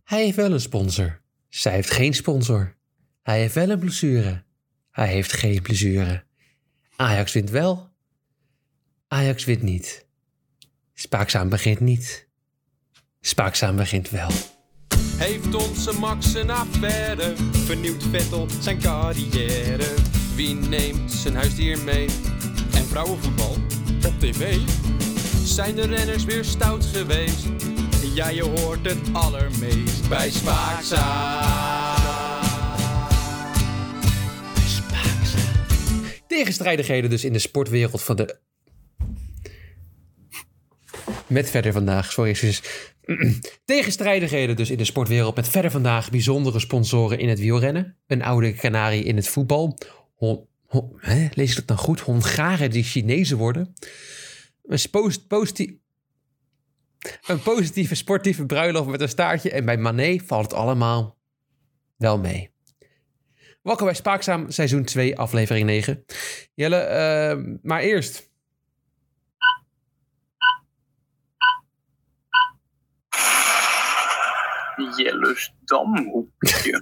Hij heeft wel een sponsor. Zij heeft geen sponsor. Hij heeft wel een blessure. Hij heeft geen blessure. Ajax wint wel. Ajax wint niet. Spaakzaam begint niet. Spaakzaam begint wel. Heeft onze Max een affaire? Vernieuwt Vettel zijn carrière? Wie neemt zijn huisdier mee? En vrouwenvoetbal op tv? Zijn de renners weer stout geweest? Ja, je hoort het allermeest bij Spaakzaam. Tegenstrijdigheden dus in de sportwereld van de... Met verder vandaag, sorry excuses. Tegenstrijdigheden dus in de sportwereld met verder vandaag bijzondere sponsoren in het wielrennen. Een oude kanarie in het voetbal. Lees ik dat nou goed? Hongaren die Chinezen worden. Een positieve sportieve bruiloft met een staartje. En bij Mané valt het allemaal wel mee. Welkom bij Spaakzaam, seizoen 2, aflevering 9. Jelle, maar eerst... Jelles Damhoekje.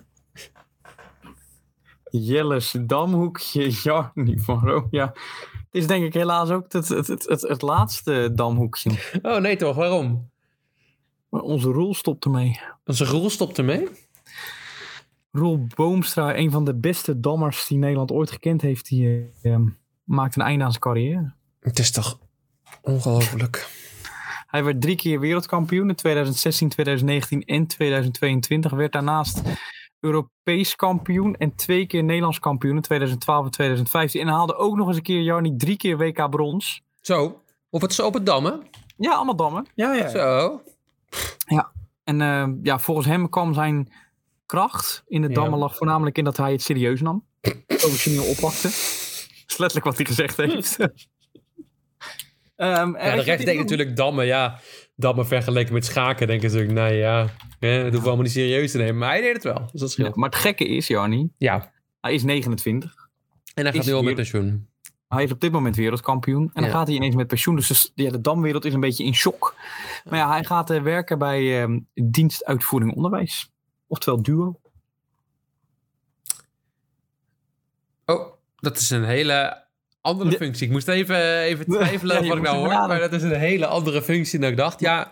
Jelles Damhoekje, Jarnie van Rooya. Het is denk ik helaas ook het laatste Damhoekje. Oh nee toch, waarom? Maar onze Roel stopt ermee. Onze Roel stopt ermee? Roel Boomstra, een van de beste dammers die Nederland ooit gekend heeft, die maakt een einde aan zijn carrière. Het is toch ongelooflijk. Hij werd 3 keer wereldkampioen in 2016, 2019 en 2022. Werd daarnaast Europees kampioen en 2 keer Nederlands kampioen in 2012 en 2015. En haalde ook nog eens een keer, Jarnie, 3 keer WK brons. Zo, op het dammen? Ja, allemaal dammen. Ja. Zo. Ja, en volgens hem kwam zijn kracht in het dammen lag voornamelijk in dat hij het serieus nam. Professioneel oppakte. Dat is letterlijk wat hij gezegd heeft. De rest denkt natuurlijk dammen. Ja, dammen vergeleken met schaken denken ze natuurlijk, dat hoeven we allemaal niet serieus te nemen. Maar hij deed het wel, dus dat scheelt. Ja, maar het gekke is, Jarnie, hij is 29. En hij gaat nu al met pensioen. Hij is op dit moment wereldkampioen. En dan gaat hij ineens met pensioen. Dus de damwereld is een beetje in shock. Maar ja, hij gaat werken bij dienstuitvoering onderwijs. Oftewel DUO. Oh, dat is een hele andere functie. Ik moest even twijfelen wat ik nou hoor. Maar dat is een hele andere functie dan ik dacht. Ja,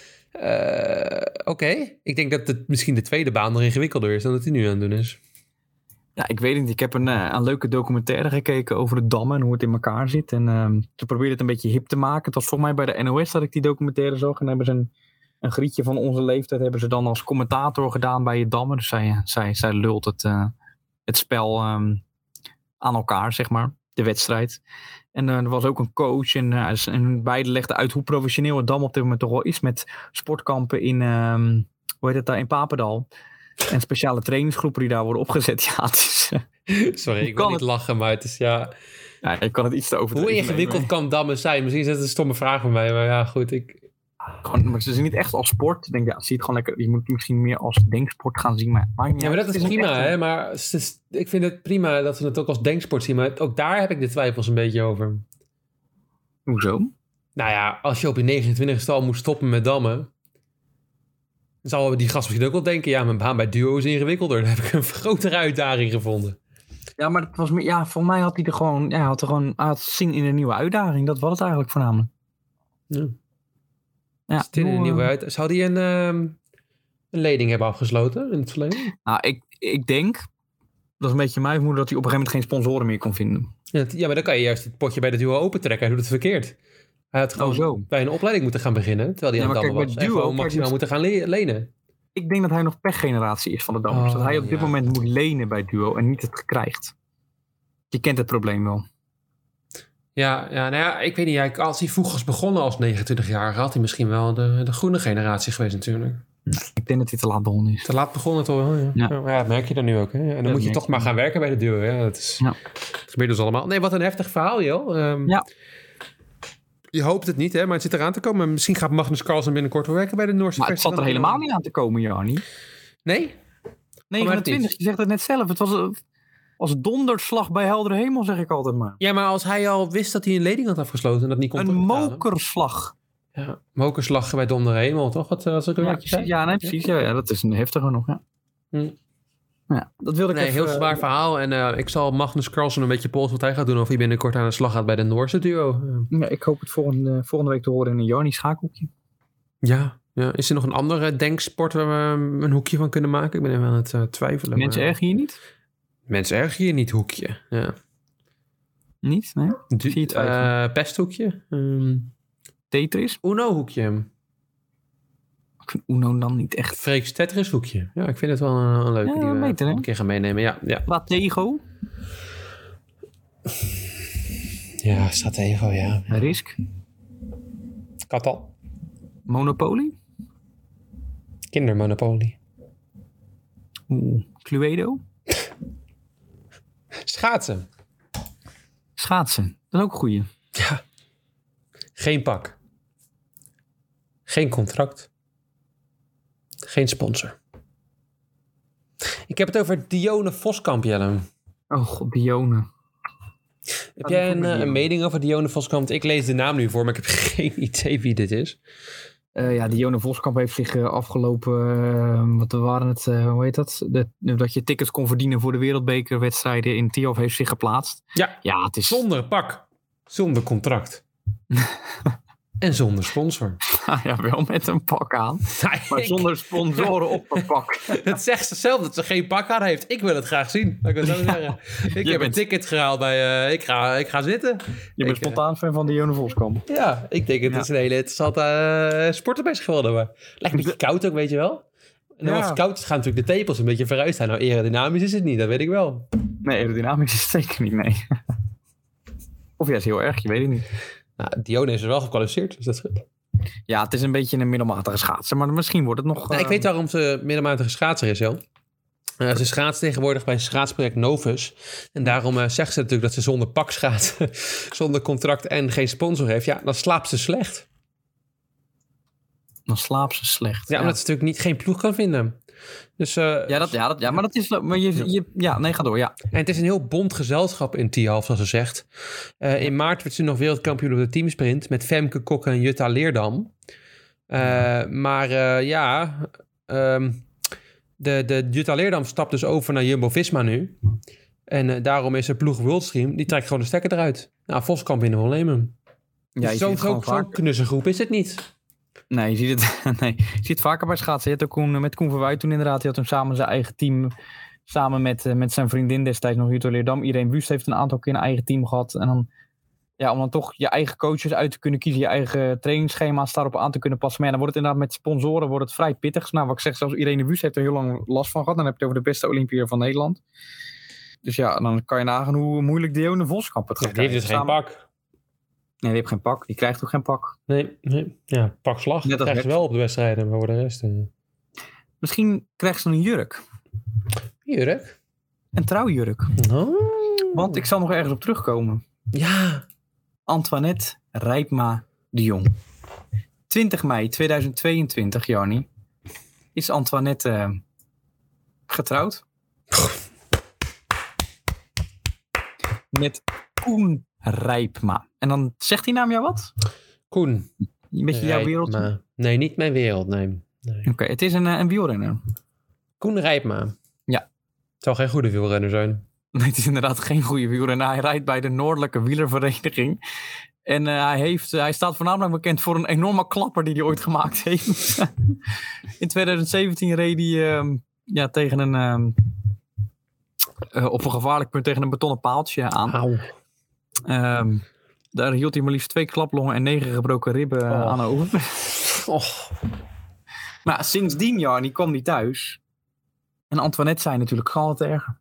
oké. Ik denk dat het misschien de tweede baan nog ingewikkelder is dan dat hij nu aan het doen is. Ja, ik weet het niet. Ik heb een leuke documentaire gekeken over de dammen en hoe het in elkaar zit. En ze probeerden het een beetje hip te maken. Het was volgens mij bij de NOS dat ik die documentaire zag. En hebben ze een grietje van onze leeftijd hebben ze dan als commentator gedaan bij het dammen. Dus zij lult het spel aan elkaar, zeg maar. De wedstrijd. En er was ook een coach. En beide legden uit hoe professioneel het dam op dit moment toch wel is. Met sportkampen in, in Papendal. En speciale trainingsgroepen die daar worden opgezet. Ja, het is... Sorry, ik wil niet lachen, maar het is Ja, ik kan het iets te overdrijven. Hoe ingewikkeld kan dammen zijn? Misschien is het een stomme vraag van mij, maar ja, goed. Maar ze zien niet echt als sport. Ik denk, zie het gewoon lekker. Je moet misschien meer als denksport gaan zien. Maar dat is prima, hè. Maar ik vind het prima dat ze het ook als denksport zien. Maar ook daar heb ik de twijfels een beetje over. Hoezo? Nou ja, als je op je 29e al moet stoppen met dammen, dan zal die gast misschien ook wel denken, ja, mijn baan bij DUO is ingewikkelder. Dan heb ik een grotere uitdaging gevonden. Ja, maar het was meer, voor mij had hij er gewoon, had zin in een nieuwe uitdaging. Dat was het eigenlijk voornamelijk. Ja, zou die een lening hebben afgesloten in het verleden? Nou, ik denk, dat is een beetje mijn vermoeden, dat hij op een gegeven moment geen sponsoren meer kon vinden. Ja, maar dan kan je juist het potje bij de DUO opentrekken. Hij doet het verkeerd. Hij had gewoon bij een opleiding moeten gaan beginnen, terwijl hij aan het dammen was. En gewoon maximaal moeten gaan lenen. Ik denk dat hij nog pechgeneratie is van de dammers. Dat hij op dit moment moet lenen bij DUO en niet het krijgt. Je kent het probleem wel. Ja, ik weet niet. Als hij vroeg was begonnen als 29-jarige, had hij misschien wel de groene generatie geweest natuurlijk. Ik denk dat hij te laat begonnen is. Te laat begonnen toch wel, ja. Maar dat merk je dan nu ook. Hè? En dan moet je toch maar gaan werken bij de DUO. Ja, dat gebeurt dus allemaal. Nee, wat een heftig verhaal, joh. Je hoopt het niet, hè, maar het zit eraan te komen. Misschien gaat Magnus Carlsen binnenkort wel werken bij de Noorse versie. Maar het zat er helemaal niet aan te komen, Jarnie. Nee? 29, je zegt het net zelf. Het was als donderslag bij heldere hemel, zeg ik altijd maar. Ja, maar als hij al wist dat hij een lening had afgesloten en dat niet kon een mokerslag. Ja, mokerslag bij Donder Hemel, toch? Wat is ook een beetje zei? Ja, nee, precies. Ja, dat is een heftige nog, ja. Ja, dat wilde ik Nee, even... heel zwaar verhaal. En ik zal Magnus Carlsen een beetje polsen wat hij gaat doen. Of hij binnenkort aan de slag gaat bij de Noorse duo. Ja, ik hoop het volgende week te horen in een Jarni schaakhoekje. Ja. Is er nog een andere denksport waar we een hoekje van kunnen maken? Ik ben even aan het twijfelen. Mensen erg hier niet? Mensen erg hier niet hoekje. Ja. Niet? Nee? Zie je twijfelen? Pesthoekje. Tetris? Uno hoekje. Ik vind Uno dan niet echt... Freek's Tetris hoekje. Ja, ik vind het wel een leuke Ja, die we beter, hè? een keer gaan meenemen. Ja. Stratego? Ja, Stratego, ja. Risk? Katal. Monopoly? Kindermonopoly. Cluedo? Schaatsen. Schaatsen. Dat is ook een goeie. Ja. Geen pak. Geen contract. Geen sponsor. Ik heb het over Dione Voskamp, Jelle. Oh god, Dione. Heb jij een mening over Dione Voskamp? Ik lees de naam nu voor, maar ik heb geen idee wie dit is. Dione Voskamp heeft zich afgelopen... wat waren het? Hoe heet dat? Dat je tickets kon verdienen voor de wereldbekerwedstrijden in Tialf heeft zich geplaatst. Ja, het is... Zonder pak. Zonder contract. En zonder sponsor. Ja, wel met een pak aan. Maar zonder sponsoren op een pak. Het zegt ze zelf dat ze geen pak aan heeft. Ik wil het graag zien. Laat ik het zo zeggen. Ik heb een ticket gehaald bij... Ik ga zitten. Je bent spontaan fan van Dione Voskamp. Ja, ik denk het is een hele interessante sportenbest geworden. Maar lijkt een beetje koud ook, weet je wel. En als het koud is, gaan natuurlijk de tepels een beetje vooruit staan. Nou, aerodynamisch is het niet, dat weet ik wel. Nee, aerodynamisch is het zeker niet, nee. Of juist heel erg, je weet het niet. Nou, Dione is er wel gekwalificeerd, dus dat is goed. Ja, het is een beetje een middelmatige schaatser, maar misschien wordt het nog... Nou, ik weet waarom ze middelmatige schaatser is, joh. Ze schaatst tegenwoordig bij schaatsproject Novus. En daarom zegt ze natuurlijk dat ze zonder pak schaatsen, zonder contract en geen sponsor heeft. Ja, dan slaapt ze slecht. Dan slaapt ze slecht. Ja, omdat ze natuurlijk geen ploeg kan vinden. Dus, maar dat is... Maar nee, ga door, ja. En het is een heel bond gezelschap in Tialf, zoals ze zegt. In maart werd ze nog wereldkampioen op de teamsprint met Femke Kok en Jutta Leerdam. De Jutta Leerdam stapt dus over naar Jumbo-Visma nu. En daarom is er ploeg Worldstream. Die trekt gewoon de stekker eruit. Nou, Voskamp in de nemen. Ja, dus zo'n knussengroep is het niet. Nee, je ziet het vaker bij schaatsen. Je had ook met Koen Verwij toen inderdaad. Die had toen samen zijn eigen team. Samen met zijn vriendin destijds nog, Jutta Leerdam. Irene Wust heeft een aantal keer een eigen team gehad. En dan, ja, om dan toch je eigen coaches uit te kunnen kiezen. Je eigen trainingsschema's daarop aan te kunnen passen. Maar ja, dan wordt het inderdaad met sponsoren vrij pittig. Nou, wat ik zeg, zelfs Irene Wust heeft er heel lang last van gehad. Dan heb je het over de beste Olympiër van Nederland. Dus ja, dan kan je nagaan hoe moeilijk Dione Voskamp het gaat. Die heeft dus geen pak. Nee, die heeft geen pak. Die krijgt ook geen pak. Nee. Ja, pak slag. Dat krijgt ze wel op de wedstrijden, maar voor de rest... Misschien krijgt ze een jurk. Jurk? Een trouwjurk. Oh. Want ik zal nog ergens op terugkomen. Ja. Antoinette Rijpma de Jong. 20 mei 2022, Jarni, is Antoinette getrouwd. Met Koen Rijpma. En dan zegt die naam jou wat? Koen. Een beetje jouw wereld? Nee, niet mijn wereld, nee. Oké, het is een wielrenner. Koen Rijpma. Ja. Het zal geen goede wielrenner zijn. Nee, het is inderdaad geen goede wielrenner. Hij rijdt bij de Noordelijke Wielervereniging. En hij staat voornamelijk bekend voor een enorme klapper die hij ooit gemaakt heeft. In 2017 reed hij tegen een... op een gevaarlijk punt tegen een betonnen paaltje aan. Auw. Daar hield hij maar liefst 2 klaplongen en 9 gebroken ribben aan over. Maar sindsdien, Jarni, kwam hij thuis. En Antoinette zei natuurlijk, gaat het erger.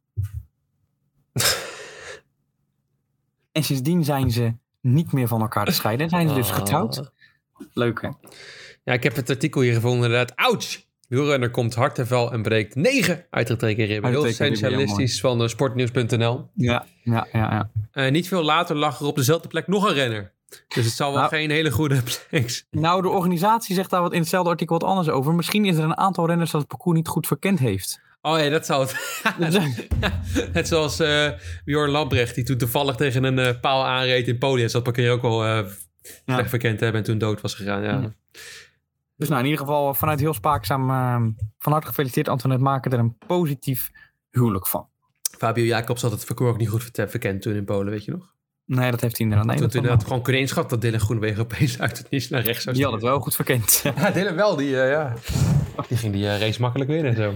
En sindsdien zijn ze niet meer van elkaar te scheiden. En zijn ze dus getrouwd. Leuk, hè? Ja, ik heb het artikel hier gevonden inderdaad. Ouch! Wielrenner komt hard en vel en breekt 9 uitgetreken ribben. Heel essentialistisch van sportnieuws.nl. Ja. Niet veel later lag er op dezelfde plek nog een renner. Dus het zal wel geen hele goede plek zijn. Nou, de organisatie zegt daar in hetzelfde artikel wat anders over. Misschien is er een aantal renners dat het parcours niet goed verkend heeft. Oh ja, dat zou het. Net zoals Bjorn Lambrecht, die toen toevallig tegen een paal aanreed in Polen. Dat parkeer ook wel slecht verkend hebben en toen dood was gegaan. Ja. Dus in ieder geval vanuit heel spaakzaam van harte gefeliciteerd Antoinette, maken er een positief huwelijk van. Fabio Jacobs had het verkoor ook niet goed verkend toen in Polen, weet je nog? Nee, dat heeft hij inderdaad. Toen inderdaad gewoon kunnen inschatten dat Dylan Groenewegen opeens uit het niets naar rechts zou Die had het wel goed verkend. Ja, Dylan wel. Die ging die race makkelijk winnen. Zo.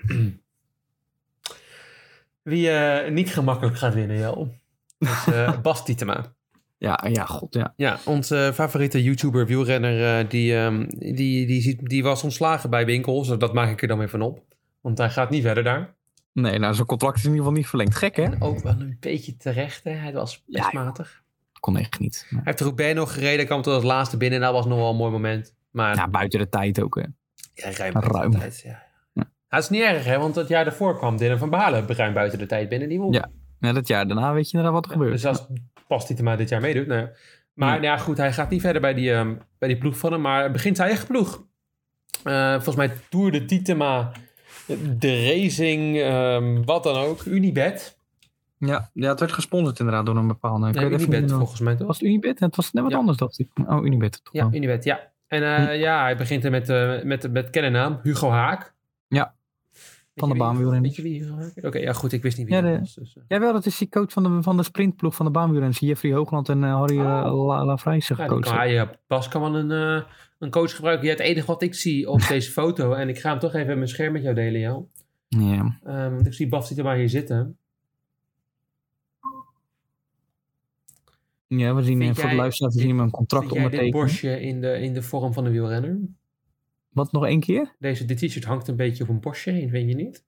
Wie niet gemakkelijk gaat winnen, Jel, is Bas Tietema. Ja, god, ja. Ja, onze favoriete YouTuber, wielrenner, die was ontslagen bij Winkels. Dat maak ik er dan weer van op. Want hij gaat niet verder daar. Nee, nou, zijn contract is in ieder geval niet verlengd. Gek, hè? En ook wel een beetje terecht, hè. Hij was best matig. Kon echt niet. Hij heeft Roubaix nog gereden, kwam tot als laatste binnen. En dat was nog wel een mooi moment. Maar, ja, buiten de tijd ook, hè. Ja, ruim buiten de tijd, ja. Het is niet erg, hè, want het jaar daarvoor kwam Dylan van Baarle ruim buiten de tijd binnen. Die won. Ja, dat jaar daarna weet je inderdaad wat er gebeurt. Dus als Bas Tietema dit jaar meedoet. Nou, maar ja, goed, hij gaat niet verder bij die ploeg van hem. Maar begint zijn eigen ploeg. Volgens mij Tour de Tietema, de Racing, wat dan ook. Unibet. Ja, het werd gesponsord inderdaad door een bepaalde... Nee, Unibet volgens mij toch? Was het Unibet? Het was net wat anders, dacht ik. Oh, Unibet. Toch ja, wel. Unibet, ja. En hij begint er met kennennaam Hugo Haak. Ja. Van de baanwielrennen. Weet je wie Hugo Haak is? Oké, ja goed, ik wist niet wie dat was. Dus, Jawel, dat is die coach van de sprintploeg van de baanwielrenners. Jeffrey Hoogland en Harry Lafrijse gecoacht. Bas kan wel een coach gebruiken. Ja, het enige wat ik zie op deze foto, en ik ga hem toch even mijn scherm met jou delen, Jan. Ja. Want ik zie Bas Tietema hier zitten. Ja, we zien voor de luisteraars zien we een contract ondertekenen. Dit borstje in de vorm van een wielrenner? Wat, nog één keer? Dit t-shirt hangt een beetje op een borstje heen, weet je niet?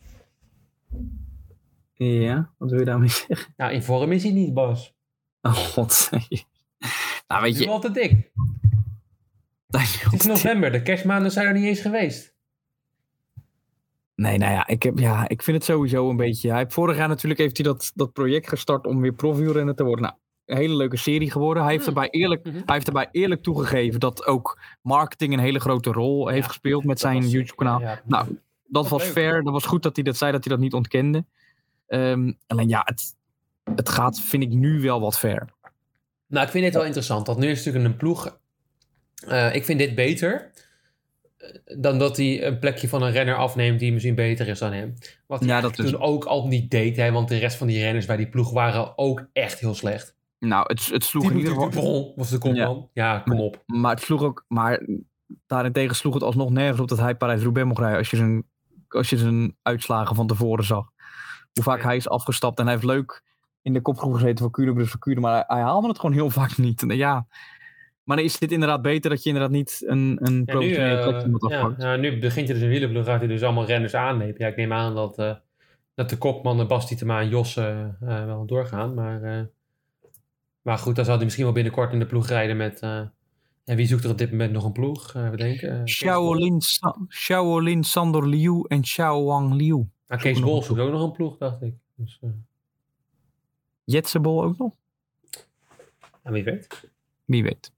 Ja, wat wil je daarmee zeggen? Nou, in vorm is hij niet, Bas. Oh god. Nou, weet je... Hij is wel te dik. Het is november, de kerstmaanden zijn er niet eens geweest. Nee, nou ja, ik vind het sowieso een beetje... Vorig jaar natuurlijk heeft hij dat project gestart om weer profwielrenner te worden. Nou, een hele leuke serie geworden. Hij heeft erbij eerlijk toegegeven dat ook marketing een hele grote rol heeft gespeeld met zijn YouTube-kanaal. Ja. Nou, dat was fair. Dat was goed dat hij dat zei, dat hij dat niet ontkende. Alleen ja, het gaat, vind ik, nu wel wat ver. Nou, ik vind dit wel interessant. Want nu is het natuurlijk een ploeg. Ik vind dit beter dan dat hij een plekje van een renner afneemt die misschien beter is dan hem. Wat hij toen ook al niet deed. Hè, want de rest van die renners bij die ploeg waren ook echt heel slecht. Nou, het sloeg in ieder geval... was de kopman. Ja, kom op. Maar het sloeg ook... Maar daarentegen sloeg het alsnog nergens op dat hij Parijs-Roubaix mocht rijden als je zijn uitslagen van tevoren zag. Hoe vaak hij is afgestapt en hij heeft leuk in de kopgroep gezeten voor Kuurne, maar hij haalde het gewoon heel vaak niet. Ja, maar dan is dit inderdaad beter dat je inderdaad niet een professionele plekje moet afpakken. Ja, nu begint je dus een wielerploeg, gaat hij dus allemaal renners aannemen. Ja, ik neem aan dat de kopman, Bas Tietema en Jos wel doorgaan, maar goed, dan zal hij misschien wel binnenkort in de ploeg rijden met... En wie zoekt er op dit moment nog een ploeg? We denken. Xiaolin Sandor Liu en Xiaowang Liu. Kees Bol zoekt ook nog een ploeg, dacht ik. Dus, Jetsebol ook nog? En wie weet. Wie weet.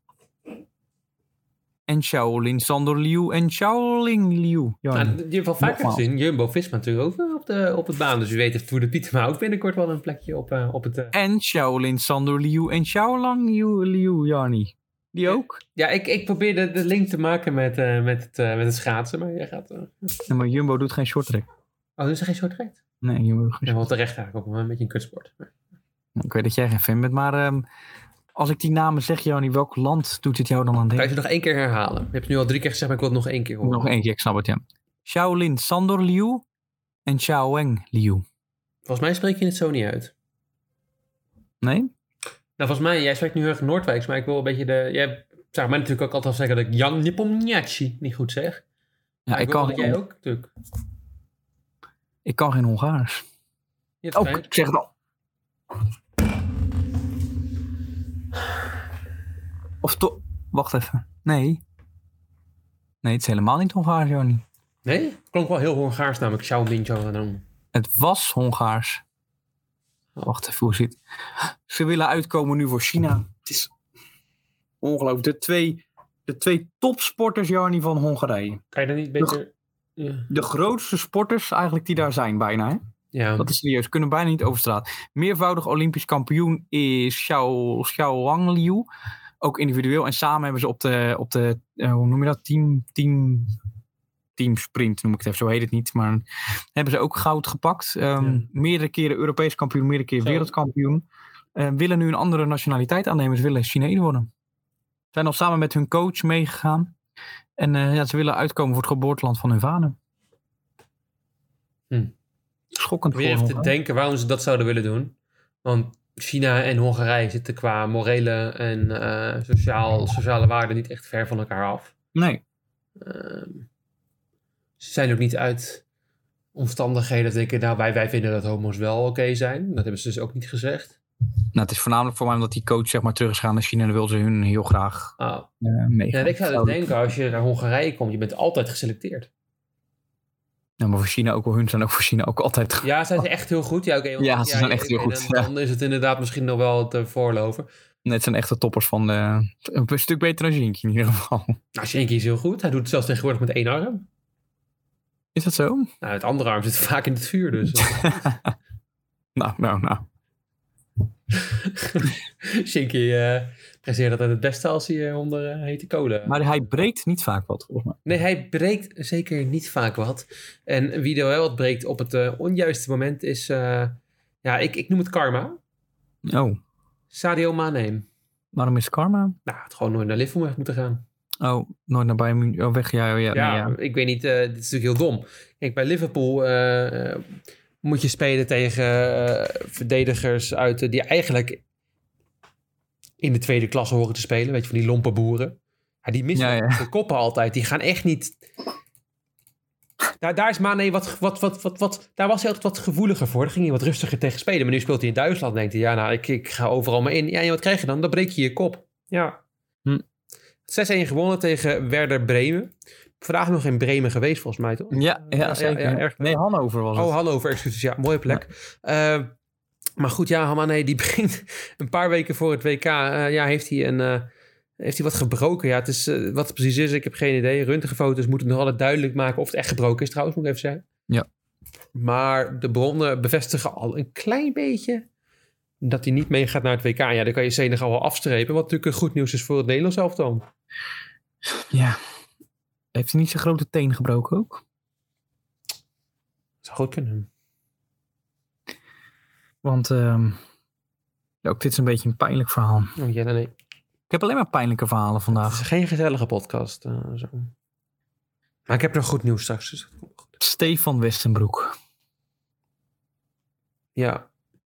En Xiaolin Sandor Liu en Xiaoling Liu. Ja, je hebt wel vaker gezien. Jumbo-Visma natuurlijk ook op het baan. Dus wie weet heeft Tour de Tietema ook binnenkort wel een plekje op het... En Xiaolin Sandor Liu en Xiaolang Liu, Jarni. Die ook? Ja, ik probeer de link te maken met het schaatsen, maar jij gaat... Ja, maar Jumbo doet geen shorttrack. Oh, dus er geen shorttrack? Nee, Jumbo doet geen shorttrack. Ja, terecht eigenlijk ook een beetje een kutsport. Ik weet dat jij geen fan bent, maar als ik die namen zeg, Jarni, welk land doet het jou dan aan denken? Kan je ze nog één keer herhalen? Je hebt het nu al 3 keer gezegd, maar ik wil het nog 1 keer horen. Nog 1 keer, ik snap het, ja. Xiaolin Sandor Liu en Xiaowang Liu. Volgens mij spreek je het zo niet uit. Nee? Nou, volgens mij, jij spreekt nu heel erg Noordwijks, maar ik wil een beetje jij zou mij natuurlijk ook altijd zeggen dat ik Jan Nepomniachtchi niet goed zeg. Ja, ik kan jij ook natuurlijk. Ik kan geen Hongaars. Oh, ik zeg het al. Of toch... Wacht even. Nee, het is helemaal niet Hongaars, Jarni. Nee? Het klonk wel heel Hongaars, namelijk Xiaomin. Het was Hongaars. Wacht even, hoe zit het? Ze willen uitkomen nu voor China. Het is ongelooflijk. De twee topsporters, Jarni, van Hongarije. Kan je dat niet beter... De grootste sporters eigenlijk die daar zijn, bijna. Hè? Ja. Dat is serieus. Kunnen bijna niet over straat. Meervoudig Olympisch kampioen is Xiaowang Liu. ook individueel en samen hebben ze op de hoe noem je dat? Team sprint noem ik het even, zo heet het niet. Maar hebben ze ook goud gepakt. Meerdere keren Europees kampioen, meerdere keren wereldkampioen. Willen nu een andere nationaliteit aannemen. Ze willen Chinees worden. Zijn al samen met hun coach meegegaan. En ze willen uitkomen voor het geboorteland van hun vader. Schokkend. Weer even te denken waarom ze dat zouden willen doen. Want China en Hongarije zitten qua morele en sociale waarden niet echt ver van elkaar af. Nee. Ze zijn ook niet uit omstandigheden dat denken, nou wij vinden dat homo's wel oké zijn. Dat hebben ze dus ook niet gezegd. Nou, het is voornamelijk voor mij omdat die coach zeg maar terug is gegaan naar China en dan wil ze hun heel graag meegaan. Ja, ik zou denken, als je naar Hongarije komt, je bent altijd geselecteerd. Ja, maar voor China ook wel, hun zijn ook voor China ook altijd... Ja, zijn ze echt heel goed? Ja, ze zijn echt heel goed. Dan is het inderdaad misschien nog wel te voorloven. Nee, het zijn echt de toppers van een stuk beter dan Shinky in ieder geval. Nou, Shinky is heel goed. Hij doet het zelfs tegenwoordig met 1 arm. Is dat zo? Nou, het andere arm zit vaak in het vuur, dus. Nou. Shinky presteert altijd het beste als hij onder hete kolen. Maar hij breekt niet vaak wat, volgens mij. Nee, hij breekt zeker niet vaak wat. En wie er wel wat breekt op het onjuiste moment is... ik noem het karma. Oh. Sadio Mane. Waarom is het karma? Nou, het gewoon nooit naar Liverpool moeten gaan. Oh, nooit naar Bayern München. Oh, weg. Ja. Ik weet niet. Dit is natuurlijk heel dom. Kijk, bij Liverpool moet je spelen tegen verdedigers uit die eigenlijk in de tweede klasse horen te spelen. Weet je, van die lompe boeren. Ja, die missen de koppen altijd. Die gaan echt niet... Daar is Mane daar was hij altijd wat gevoeliger voor. Daar ging hij wat rustiger tegen spelen. Maar nu speelt hij in Duitsland. Denkt hij, ik ga overal maar in. Ja, en wat krijg je dan? Dan breek je je kop. Ja. 6-1 gewonnen tegen Werder Bremen. Vandaag nog in Bremen geweest, volgens mij, toch? Ja, zeker. Nee, Hannover was het. Oh, Hannover, excuses. Ja, mooie plek. Ja. Maar goed, Mane, die begint een paar weken voor het WK. Heeft hij wat gebroken? Ja, het is, wat het precies is, ik heb geen idee. Röntgenfoto's moeten nog altijd duidelijk maken of het echt gebroken is, trouwens, moet ik even zeggen. Ja. Maar de bronnen bevestigen al een klein beetje dat hij niet meegaat naar het WK. Ja, dan kan je Senegal wel afstrepen, wat natuurlijk goed nieuws is voor het Nederlands elftal. Ja. Heeft hij niet zijn grote teen gebroken ook? Zou goed kunnen. Want ook dit is een beetje een pijnlijk verhaal. Oh, ja, nee. Ik heb alleen maar pijnlijke verhalen vandaag. Het is geen gezellige podcast. Zo. Maar ik heb nog goed nieuws straks. Dus Stefan Westenbroek. Ja.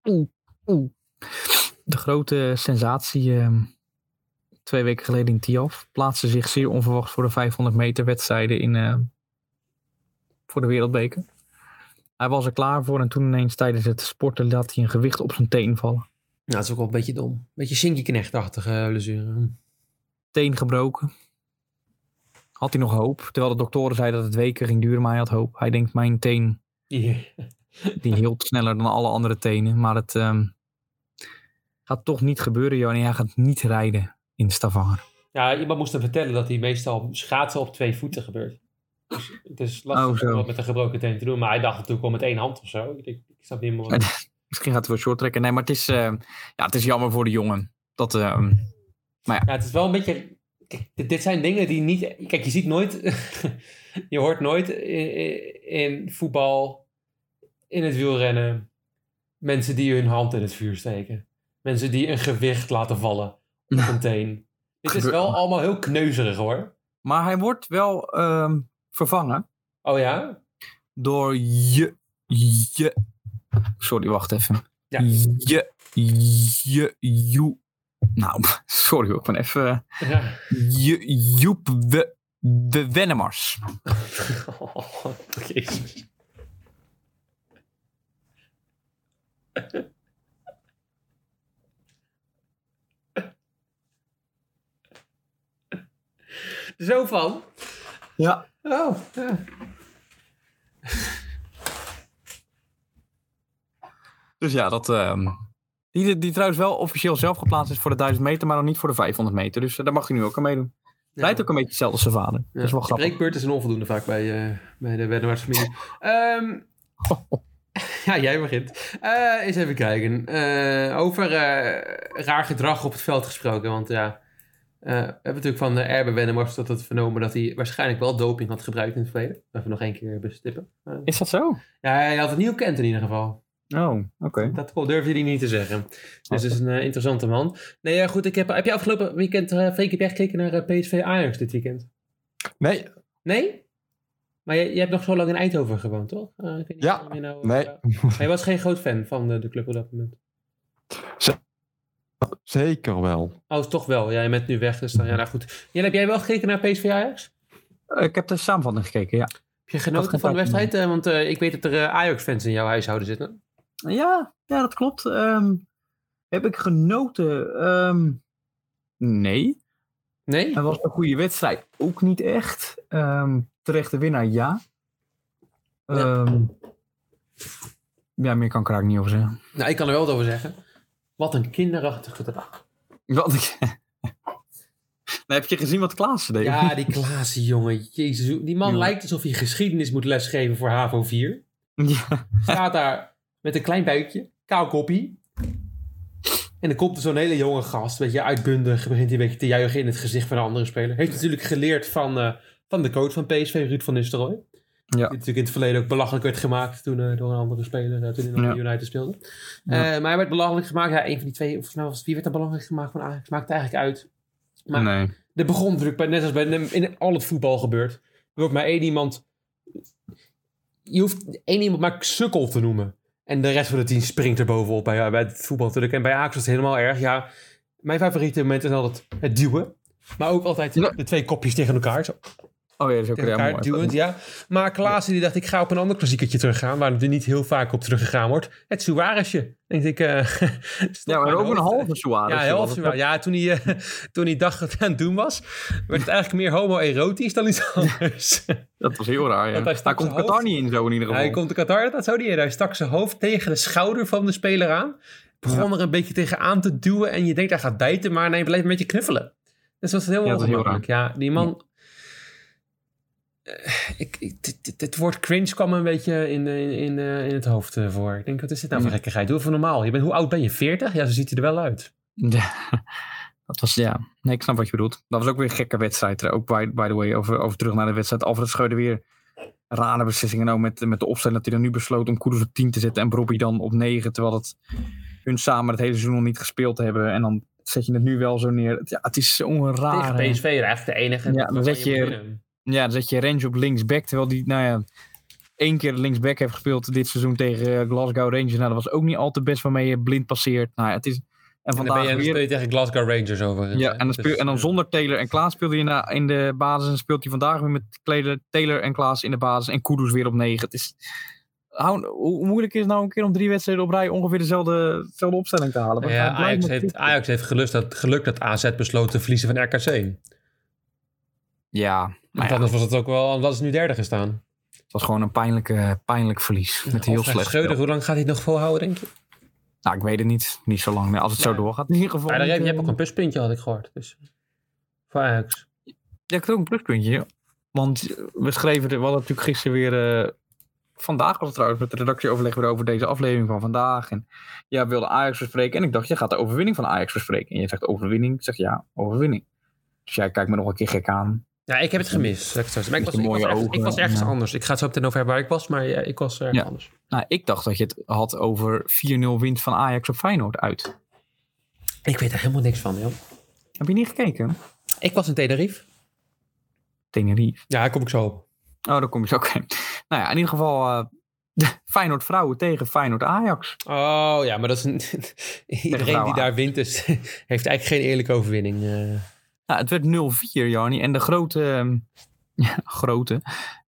De grote sensatie 2 weken geleden in Tiaf plaatste zich zeer onverwacht voor de 500 meter wedstrijden voor de wereldbeker. Hij was er klaar voor en toen ineens tijdens het sporten laat hij een gewicht op zijn teen vallen. Nou, dat is ook wel een beetje dom. Beetje Shinky Knecht-achtige blessure. Teen gebroken. Had hij nog hoop. Terwijl de doktoren zeiden dat het weken ging duren, maar hij had hoop. Hij denkt, mijn teen die hield sneller dan alle andere tenen. Maar het gaat toch niet gebeuren, Johnny. Hij gaat niet rijden in Stavanger. Ja, iemand moest hem vertellen dat hij meestal schaatsen op 2 voeten gebeurt. Dus het is lastig om dat met een gebroken teen te doen. Maar hij dacht natuurlijk wel met 1 hand of zo. Ik snap niet meer wat... Misschien gaat hij wel short trekken. Nee, maar het is jammer voor de jongen. Maar ja, het is wel een beetje... Kijk, dit zijn dingen die niet... Kijk, je ziet nooit... je hoort nooit in voetbal, in het wielrennen, mensen die hun hand in het vuur steken. Mensen die een gewicht laten vallen op een teen. Dit is wel allemaal heel kneuzerig, hoor. Maar hij wordt wel vervangen. Oh ja? Door Sorry, wacht even. Ja. Nou, sorry hoor, ik ben even... Joep Wennemars. Oh, jezus. Zo van? Ja. Oh, ja. Dus ja, dat... Die trouwens wel officieel zelf geplaatst is voor de 1000 meter, maar nog niet voor de 500 meter. Dus daar mag hij nu ook aan meedoen. Ja. Lijkt ook een beetje hetzelfde als zijn vader. Ja. Dat is wel grappig. De spreekbeurt is een onvoldoende vaak bij de Wennemars familie. Ja, jij begint. Eens even kijken. Over raar gedrag op het veld gesproken. Want ja, We hebben natuurlijk van Erbe Wennemars tot het vernomen dat hij waarschijnlijk wel doping had gebruikt in het verleden. Even nog 1 keer bestippen. Is dat zo? Ja, hij had het niet gekend in ieder geval. Oh, oké. Dat durfde hij niet te zeggen. Dus het is een interessante man. Nee, ja, goed. Heb je afgelopen weekend, Freek, heb jij gekeken naar PSV Ajax dit weekend? Nee. Nee? Maar je hebt nog zo lang in Eindhoven gewoond, toch? Ik weet niet Ja, waarom je nou, nee. Maar je was geen groot fan van de club op dat moment. Zeker wel. Oh, toch wel. Ja, je bent nu weg, dus dan ja, nou goed. Jelle, heb jij wel gekeken naar PSV Ajax? Ik heb de samenvatting gekeken, ja. Heb je genoten van de wedstrijd? Want ik weet dat er Ajax-fans in jouw huishouden zitten. Ja, dat klopt. Heb ik genoten? Nee. Nee? Het was een goede wedstrijd. Ook niet echt. Terechte winnaar, ja. Ja, meer kan ik er eigenlijk niet over zeggen. Nou, ik kan er wel wat over zeggen. Wat een kinderachtig gedrag. Wat ik... Nou, heb je gezien wat Klaassen deed? Ja, die Klaassen, jongen. Jezus, die man lijkt alsof hij geschiedenis moet lesgeven voor HAVO 4. Ja. Staat daar met een klein buikje, kaal koppie. En dan komt er zo'n hele jonge gast, weet je, uitbundig, begint hij een beetje te juichen in het gezicht van een andere speler. Heeft natuurlijk geleerd van de coach van PSV, Ruud van Nistelrooy. Die natuurlijk in het verleden ook belachelijk werd gemaakt toen door een andere speler, toen hij nog bij United speelde. Maar hij werd belachelijk gemaakt. Ja, een van die twee, volgens mij was het, wie werd er belachelijk gemaakt van Ajax? Maakt het eigenlijk uit. Maar nee. Er begon natuurlijk, net als in al het voetbal gebeurt. Er wordt maar één iemand... Je hoeft één iemand maar sukkel te noemen. En de rest van het team springt er bovenop bij het voetbal natuurlijk. En bij Ajax was het helemaal erg. Ja, mijn favoriete moment is altijd het duwen. Maar ook altijd de 2 kopjes tegen elkaar. Zo. Oh ja, dat is ook Tegen elkaar duwend, ja. Maar Klaassen die dacht, ik ga op een ander klassiekertje teruggaan. Waar er niet heel vaak op teruggegaan wordt. Het Suarezje. Denk ik. Ja, maar ook een halve Suarez. Ja, halve Suarez. Ja, toen hij dacht dat het aan het doen was, werd het eigenlijk meer homoerotisch dan iets anders. Dat was heel raar, ja. Hij komt Qatar niet in zo in ieder geval. Hij komt de Qatar, dat zou niet in. Hij stak zijn hoofd tegen de schouder van de speler aan. Begon er een beetje tegenaan te duwen. En je denkt, hij gaat bijten, maar nee, hij bleef een beetje knuffelen. Dus dat was heel ongemakkelijk. Ja, die man... Het woord cringe kwam een beetje in het hoofd voor. Ik denk, wat is dit nou voor gekkigheid? Doe even normaal. Hoe oud ben je? 40? Ja, zo ziet hij er wel uit. Ja, dat was, ja. Nee, ik snap wat je bedoelt. Dat was ook weer een gekke wedstrijd. Ook by the way, over terug naar de wedstrijd. Alfred Schreuder weer rare beslissingen. Nou, met de opstelling dat hij dan nu besloot om Kudus op 10 te zetten en Brobbey dan op 9. Terwijl hun samen het hele seizoen nog niet gespeeld hebben. En dan zet je het nu wel zo neer. Ja, het is zo'n raar. Tegen PSV eigenlijk de enige. Ja, dan zet je Range op linksback. Terwijl die, 1 keer linksback heeft gespeeld dit seizoen tegen Glasgow Rangers. Nou, dat was ook niet al te best waarmee je blind passeert. Nou ja, het is... En vandaag dan speel je tegen Glasgow Rangers over. Ja, en dan zonder Taylor en Klaas speelde je in de basis. En speelt hij vandaag weer met Taylor en Klaas in de basis. En Kudus weer op 9. Het is... Hoe moeilijk is het nou een keer om 3 wedstrijden op rij ongeveer dezelfde opstelling te halen? Ja, Ajax heeft geluk dat AZ besloot te verliezen van RKC. Ja. Want anders was het ook wel, omdat ze nu derde gestaan. Het was gewoon een pijnlijk verlies. Met heel slecht Schreuder, hoe lang gaat hij het nog volhouden, denk je? Nou, ik weet het niet. Niet zo lang. Nee, als het zo doorgaat in ieder geval. Ja, je hebt ook een pluspuntje, had ik gehoord. Dus, voor Ajax. Ja, ik heb ook een pluspuntje. Want we hadden natuurlijk gisteren weer... vandaag was het trouwens met de redactieoverleg weer over deze aflevering van vandaag. En jij wilde Ajax bespreken. En ik dacht, je gaat de overwinning van Ajax bespreken. En je zegt overwinning. Ik zeg ja, overwinning. Dus jij kijkt me nog een keer gek aan. Ja, ik heb het gemist. Maar ik was ergens anders. Ik ga het zo meteen over waar ik was, maar ik was ergens anders. Nou, ik dacht dat je het had over 4-0 winst van Ajax op Feyenoord uit. Ik weet er helemaal niks van, joh. Heb je niet gekeken? Ik was in Tenerife. Tenerife? Ja, daar kom ik zo op. Oh, daar kom je zo ook heen. Nou ja, in ieder geval Feyenoord vrouwen tegen Feyenoord Ajax. Oh ja, maar dat is iedereen die daar wint heeft eigenlijk geen eerlijke overwinning. Nou, het werd 0-4, Jarnie. En de grote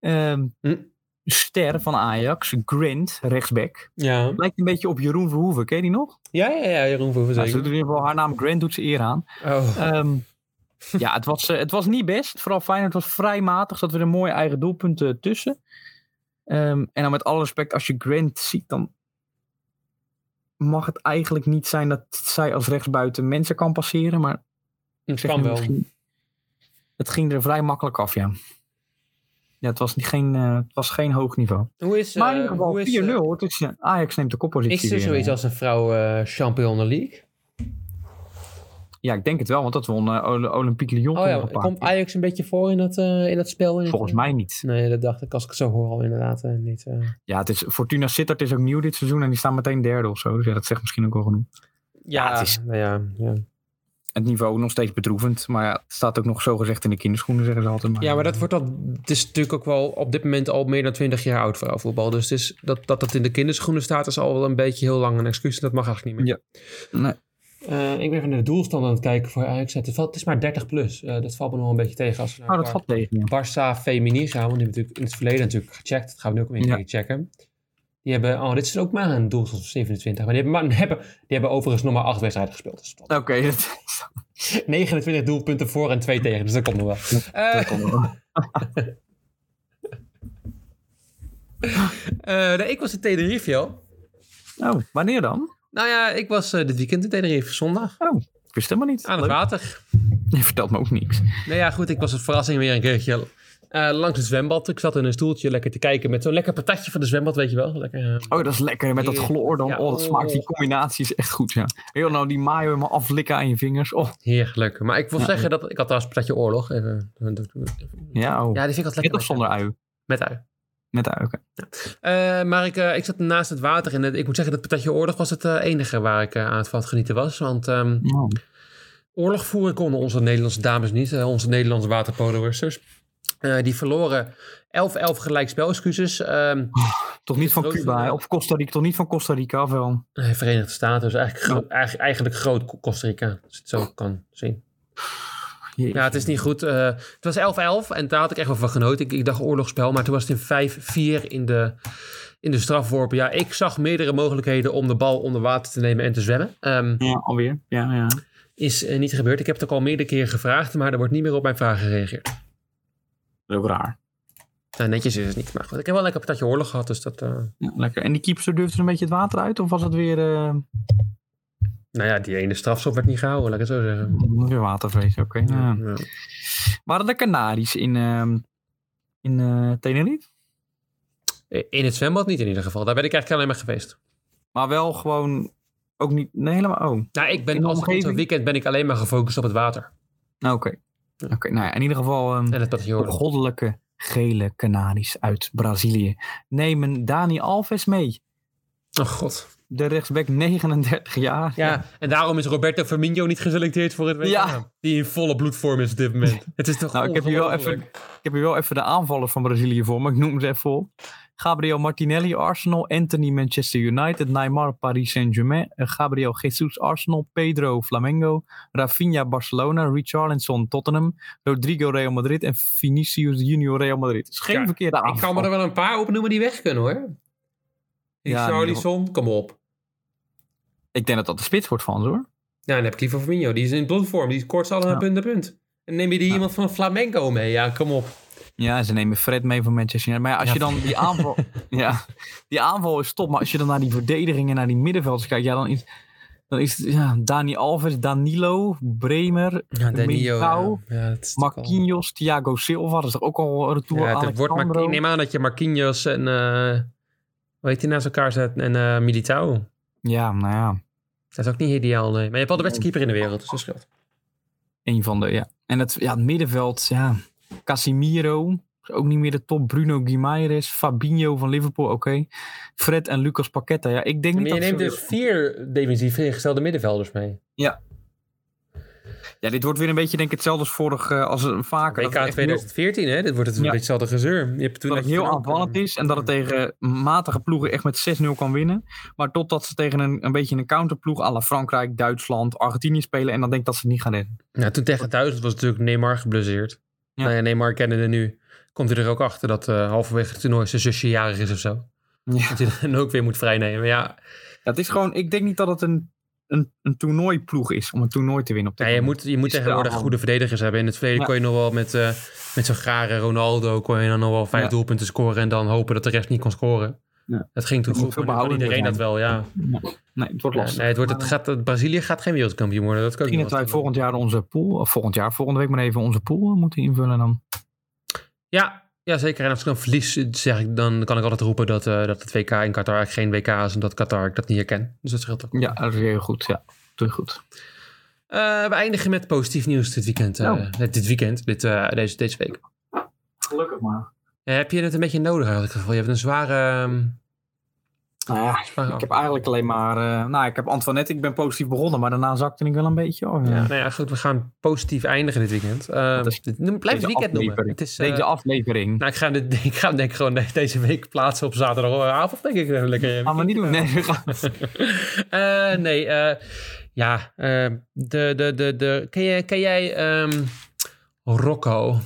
ster van Ajax, Grant, rechtsback, lijkt een beetje op Jeroen Verhoeven. Ken je die nog? Ja, Jeroen Verhoeven. Nou, ze doet in ieder geval haar naam Grant, doet ze eer aan. Oh. Ja, het was niet best. Vooral Feyenoord was vrij matig. Zat weer een mooie eigen doelpunt tussen. En dan met alle respect, als je Grant ziet, dan mag het eigenlijk niet zijn dat zij als rechtsbuiten mensen kan passeren. Maar het kan wel. Het ging er vrij makkelijk af, ja. Ja, het was geen hoog niveau. Maar in ieder geval 4-0. Dus Ajax neemt de koppositie. Is er zoiets als een vrouw Champions League? Ja, ik denk het wel, want dat won Olympique Lyon. Oh ja, nog een paar komt keer. Ajax een beetje voor in dat spel? Volgens mij niet. Nee, dat dacht ik als ik het zo hoor al inderdaad niet. Ja, het is, Fortuna Sittard is ook nieuw dit seizoen en die staan meteen derde of zo. Dus ja, dat zegt misschien ook wel genoeg. Ja, het is- nou ja. Het niveau nog steeds bedroevend, maar ja, het staat ook nog zogezegd in de kinderschoenen, zeggen ze altijd. Maar, Ja, maar het is natuurlijk ook wel op dit moment al meer dan 20 jaar oud vrouwenvoetbal. Dus het is, dat in de kinderschoenen staat is al wel een beetje heel lang een excuus. Dat mag eigenlijk niet meer. Ja. Nee. Ik ben even naar de doelstand aan het kijken voor Ajax. Het is maar 30 plus. Dat valt me nog een beetje tegen. Als we naar Dat valt tegen. Ja. Barça Feminin gaan, want die hebben natuurlijk in het verleden natuurlijk gecheckt. Dat gaan we nu ook weer een keer checken. Die hebben, dit is ook maar een doelstand van 27. Maar die hebben overigens nog maar 8 wedstrijden gespeeld. Dus Oké, 29 doelpunten voor en 2 tegen. Dus dat komt nog wel. dat komt nog wel. Nee, ik was in Tenerife, joh. Oh, wanneer dan? Nou ja, ik was dit weekend in Tenerife, zondag. Oh, ik wist helemaal niet. Aan het Leuk. water. Je vertelt me ook niks. Nou ja, goed, ik was een verrassing weer een keertje langs het zwembad. Ik zat in een stoeltje lekker te kijken met zo'n lekker patatje van de zwembad, weet je wel. Lekker, Oh, dat is lekker met dat chloor dan. Ja, Oh, dat smaakt, die combinatie is echt goed, ja. Heel nou die mayo helemaal aflikken aan je vingers. Oh, heerlijk. Maar ik wil zeggen dat ik had trouwens patatje oorlog. Even. ja, oh. Ja, die vind ik altijd Met lekker. of zonder ui? Met ui. Met ui, oké. Maar ik zat naast het water en ik moet zeggen dat patatje oorlog was het enige waar ik aan het van het genieten was. Want Oh. oorlog voeren konden onze Nederlandse dames niet. Onze Nederlandse waterpoloworsters. Die verloren 11-11 gelijkspel, excuses. Toch niet van groot Cuba, hè? Of Costa Rica, toch niet van Costa Rica, of wel? Verenigde Staten, dus eigenlijk groot Costa Rica, als je het zo kan zien. Ja, het is niet goed. Het was 11-11 en daar had ik echt wel van genoten. Ik dacht oorlogsspel, maar toen was het in 5-4 in de strafworpen. Ja, ik zag meerdere mogelijkheden om de bal onder water te nemen en te zwemmen. Ja, alweer. Ja. Is niet gebeurd. Ik heb het ook al meerdere keren gevraagd, maar er wordt niet meer op mijn vragen gereageerd. Dat is ook raar. Nou, netjes is het niet, maar goed. Ik heb wel lekker patatje oorlog gehad, dus dat... Ja, lekker. En die keeper durfde een beetje het water uit? Of was het weer... Nou ja, die ene strafschop werd niet gehouden, laat ik het zo zeggen. Weer watervrees, oké. Ja. Ja. Waren er Canaries in Tenerife? In het zwembad niet in ieder geval. Daar ben ik eigenlijk alleen maar geweest. Maar wel gewoon ook niet... Nee, helemaal... Oh, Nou, ik In ben de als omgeving? zo'n weekend ben ik alleen maar gefocust op het water. oké. Oké, nou ja, in ieder geval... En het patatje oorlog. goddelijke gele Canaries uit Brazilië nemen Dani Alves mee. Oh god. De rechtsback 39 jaar. Ja, en daarom is Roberto Firmino niet geselecteerd voor het WK. Ja. Die in volle bloedvorm is op dit moment. Het is toch Nou, ik heb hier wel even de aanvallers van Brazilië voor me. Ik noem ze even op. Gabriel Martinelli, Arsenal. Anthony, Manchester United. Neymar, Paris Saint-Germain. Gabriel Jesus, Arsenal. Pedro, Flamengo. Rafinha, Barcelona. Richarlison, Tottenham. Rodrigo, Real Madrid. En Vinicius Junior, Real Madrid. Het is geen verkeerde aanval. Ik kan me er wel een paar opnoemen die weg kunnen hoor. Ja, Richarlison, kom op. Ik denk dat dat de spits wordt van ze, hoor. Ja, dan heb ik liever Firmino. Die is in bloedvorm. Die scoort ze allemaal punt naar punt. En neem je die iemand van Flamengo mee? Ja, kom op. Ja, ze nemen Fred mee van Manchester United. Maar ja, als je dan die aanval... ja, die aanval is top. Maar als je dan naar die verdediging en naar die middenvelders kijkt... Ja, dan is het Dani Alves, Danilo, Bremer, Militao, Marquinhos, Thiago Silva. Dat is toch ook al retour Alexandro? Ik neem aan dat je Marquinhos en... hoe heet die naast elkaar zet? En Militao. Ja, nou ja. Dat is ook niet ideaal, nee. Maar je hebt al de beste keeper in de wereld, dus dat scheelt. Een van de, ja. En het middenveld, ja. Casemiro, ook niet meer de top. Bruno Guimaraes, Fabinho van Liverpool, oké. Fred en Lucas Paqueta, ja. Ik denk niet maar je dat neemt dus 4 defensief ingestelde middenvelders mee. Ja. Ja, dit wordt weer een beetje, denk ik, hetzelfde als vaker. WK 2014, hè? Dit wordt het een beetje hetzelfde gezeur. Je hebt toen dat het heel aanvallend is en dat het tegen matige ploegen echt met 6-0 kan winnen. Maar totdat ze tegen een beetje een counterploeg à la Frankrijk, Duitsland, Argentinië spelen en dan denk ik dat ze het niet gaan redden. Nou, toen tegen Duitsland was natuurlijk Neymar geblesseerd. Ja. Nou ja, Neymar kennende nu. Komt hij er ook achter dat halverwege het toernooi zijn zusje jarig is of zo. Ja. Dat hij dan ook weer moet vrijnemen. Ja. Het is gewoon, ik denk niet dat het een toernooiploeg is om een toernooi te winnen. Ja, je moet tegenwoordig goede verdedigers hebben. In het verleden kon je nog wel met zo'n gare Ronaldo kon je dan nog wel 5 doelpunten scoren en dan hopen dat de rest niet kon scoren. Ja. Dat ging toen goed, maar nu kan iedereen dat wel, ja. Nee, het wordt lastig. Brazilië gaat geen wereldkampioen worden. Dat kan ik denk dat wij volgend jaar onze pool, volgende week maar even onze pool moeten invullen dan. Ja, zeker. En als ik dan verlies, dan kan ik altijd roepen dat het WK in Qatar eigenlijk geen WK is en dat Qatar ik dat niet herken. Dus dat scheelt ook. Ja, dat is heel goed. Ja, doe je goed. We eindigen met positief nieuws dit weekend. Deze week. Gelukkig maar. Heb je het een beetje nodig, had ik het gevoel? Je hebt een zware... Nou ja, ik heb eigenlijk alleen maar... ik heb Antoinette, ik ben positief begonnen, maar daarna zakte ik wel een beetje. Goed, we gaan positief eindigen dit weekend. Blijf het weekend noemen. Het is, deze aflevering. Nou, ik ga hem denk ik gewoon deze week plaatsen op zaterdagavond, denk ik. Lekker. Gaan we niet doen, nee. Ken jij Rocco?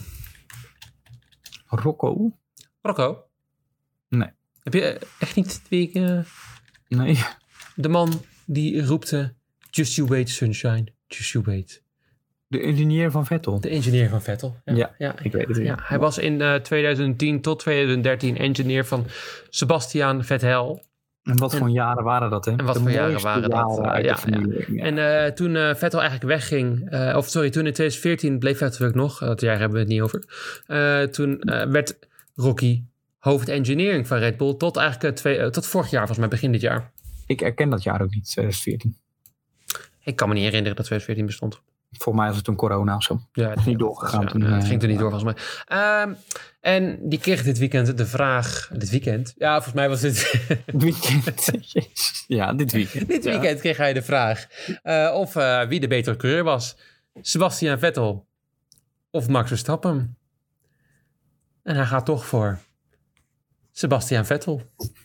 Rocco? Nee. Heb je echt niet wie ik... Nee. De man die roepte... Just you wait, sunshine. Just you wait. De ingenieur van Vettel. De ingenieur van Vettel. Ja, ik weet het. Ja, hij was in 2010 tot 2013 engineer van Sebastian Vettel. En wat voor jaren waren dat, hè? En wat voor jaren waren dat? En toen Vettel eigenlijk wegging... toen in 2014 bleef Vettel ook nog. Dat jaar hebben we het niet over. Toen werd Rocky hoofdengineering van Red Bull tot eigenlijk tot vorig jaar, volgens mij begin dit jaar. Ik herken dat jaar ook niet, 2014. Ik kan me niet herinneren dat 2014 bestond. Voor mij was het toen corona of zo. Ja, dat is niet doorgegaan. Het ging er niet door, volgens mij. En die kreeg dit weekend de vraag... Dit weekend? Ja, volgens mij was dit... Weekend. Ja, dit weekend. Dit weekend kreeg hij de vraag of wie de betere coureur was. Sebastian Vettel of Max Verstappen. En hij gaat toch voor Sebastian Vettel.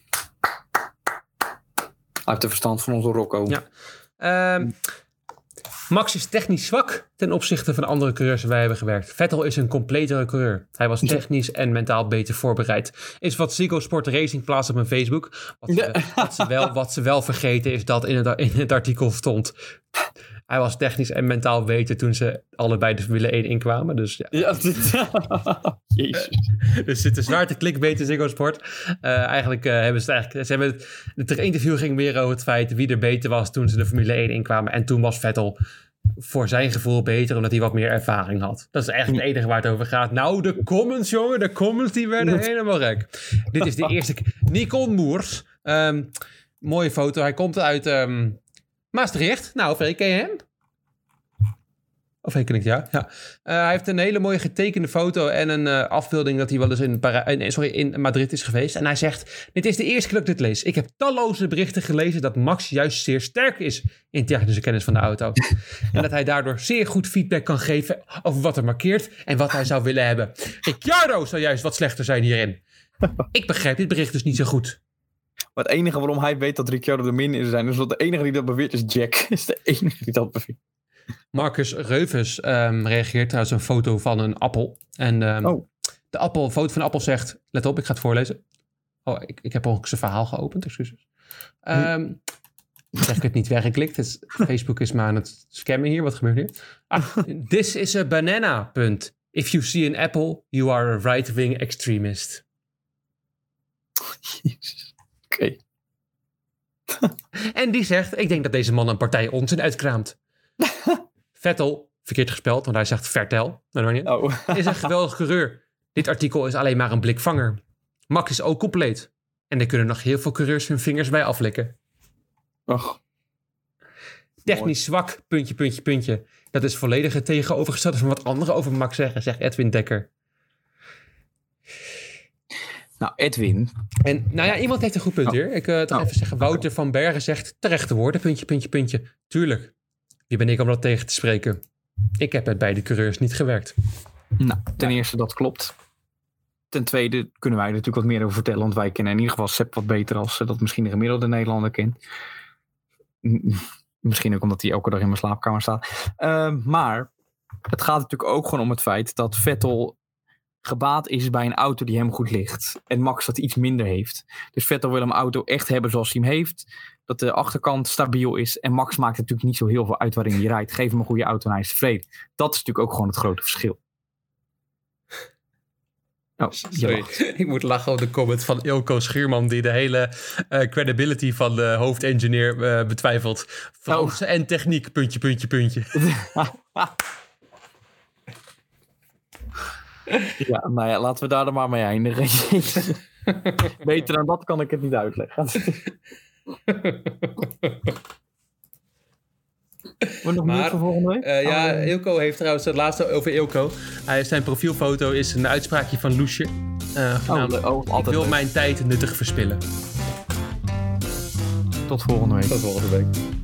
Hij heeft de verstand van onze Rocco. Ja. Max is technisch zwak ten opzichte van andere coureurs die wij hebben gewerkt. Vettel is een completere coureur. Hij was technisch en mentaal beter voorbereid. Is wat Ziggo Sport Racing plaatst op mijn Facebook. Wat ze wel vergeten is dat in het artikel stond... Hij was technisch en mentaal beter toen ze allebei de Formule 1 inkwamen. Dus Jezus. Dus zitten zwaar te clickbaiten Ziggo Sport. Eigenlijk hebben ze het eigenlijk... Het interview ging meer over het feit wie er beter was toen ze de Formule 1 inkwamen. En toen was Vettel voor zijn gevoel beter, omdat hij wat meer ervaring had. Dat is eigenlijk het enige waar het over gaat. Nou, de comments, jongen. De comments die werden helemaal gek. Dit is de eerste... Nicole Moers. Mooie foto. Hij komt uit... Maastricht. Nou, Freek, ken je hem? Of ken ik ja. Hij heeft een hele mooie getekende foto en een afbeelding dat hij wel eens in Madrid is geweest. En hij zegt, dit is de eerste keer dat ik dit lees. Ik heb talloze berichten gelezen dat Max juist zeer sterk is in technische kennis van de auto. En dat hij daardoor zeer goed feedback kan geven over wat er markeert en wat hij zou willen hebben. Ricciardo zou juist wat slechter zijn hierin. Ik begrijp dit bericht dus niet zo goed. Maar het enige waarom hij weet dat Ricciardo de min is zijn, is dat de enige die dat beweert is Jack. Is de enige die dat beweert. Marcus Reuvers reageert trouwens een foto van een appel. En de foto van de appel zegt... Let op, ik ga het voorlezen. Oh, ik heb al zijn verhaal geopend, excuses. Zeg ik het niet weggeklikt. Facebook is maar aan het scammen hier. Wat gebeurt hier? This is a banana, punt. If you see an apple, you are a right-wing extremist. Jezus. Oké. En die zegt... Ik denk dat deze man een partij onzin uitkraamt. Vettel, verkeerd gespeld, want hij zegt Vertel. Is een geweldige coureur. Dit artikel is alleen maar een blikvanger. Max is ook compleet. En er kunnen nog heel veel coureurs hun vingers bij aflikken. Och. Technisch zwak, puntje. Dat is volledig het tegenovergestelde van wat anderen over Max zeggen, zegt Edwin Dekker. Nou, Edwin. En nou ja, iemand heeft een goed punt hier. Ik toch even zeggen. Wouter van Bergen zegt terechte woorden, puntje. Tuurlijk. Wie ben ik om dat tegen te spreken? Ik heb met beide coureurs niet gewerkt. Nou, ten eerste dat klopt. Ten tweede kunnen wij er natuurlijk wat meer over vertellen. Want wij kennen in ieder geval Sepp wat beter als dat misschien de gemiddelde Nederlander kent. Misschien ook omdat hij elke dag in mijn slaapkamer staat. Maar het gaat natuurlijk ook gewoon om het feit dat Vettel gebaat is bij een auto die hem goed ligt. En Max dat iets minder heeft. Dus Vettel wil een auto echt hebben zoals hij hem heeft. Dat de achterkant stabiel is. En Max maakt natuurlijk niet zo heel veel uit waarin hij rijdt. Geef hem een goede auto en hij is tevreden. Dat is natuurlijk ook gewoon het grote verschil. Oh, sorry. Ik moet lachen op de comment van Ilko Schuurman die de hele credibility van de hoofdengineer betwijfelt. Frans en techniek, puntje. Ja, nou ja, laten we daar dan maar mee eindigen. Beter dan dat kan ik het niet uitleggen. Wordt nog meer voor volgende week? Ilko heeft trouwens het laatste over Ilko. Zijn profielfoto is een uitspraakje van Loesje. Ik wil mijn tijd nuttig verspillen. Tot volgende week. Tot volgende week.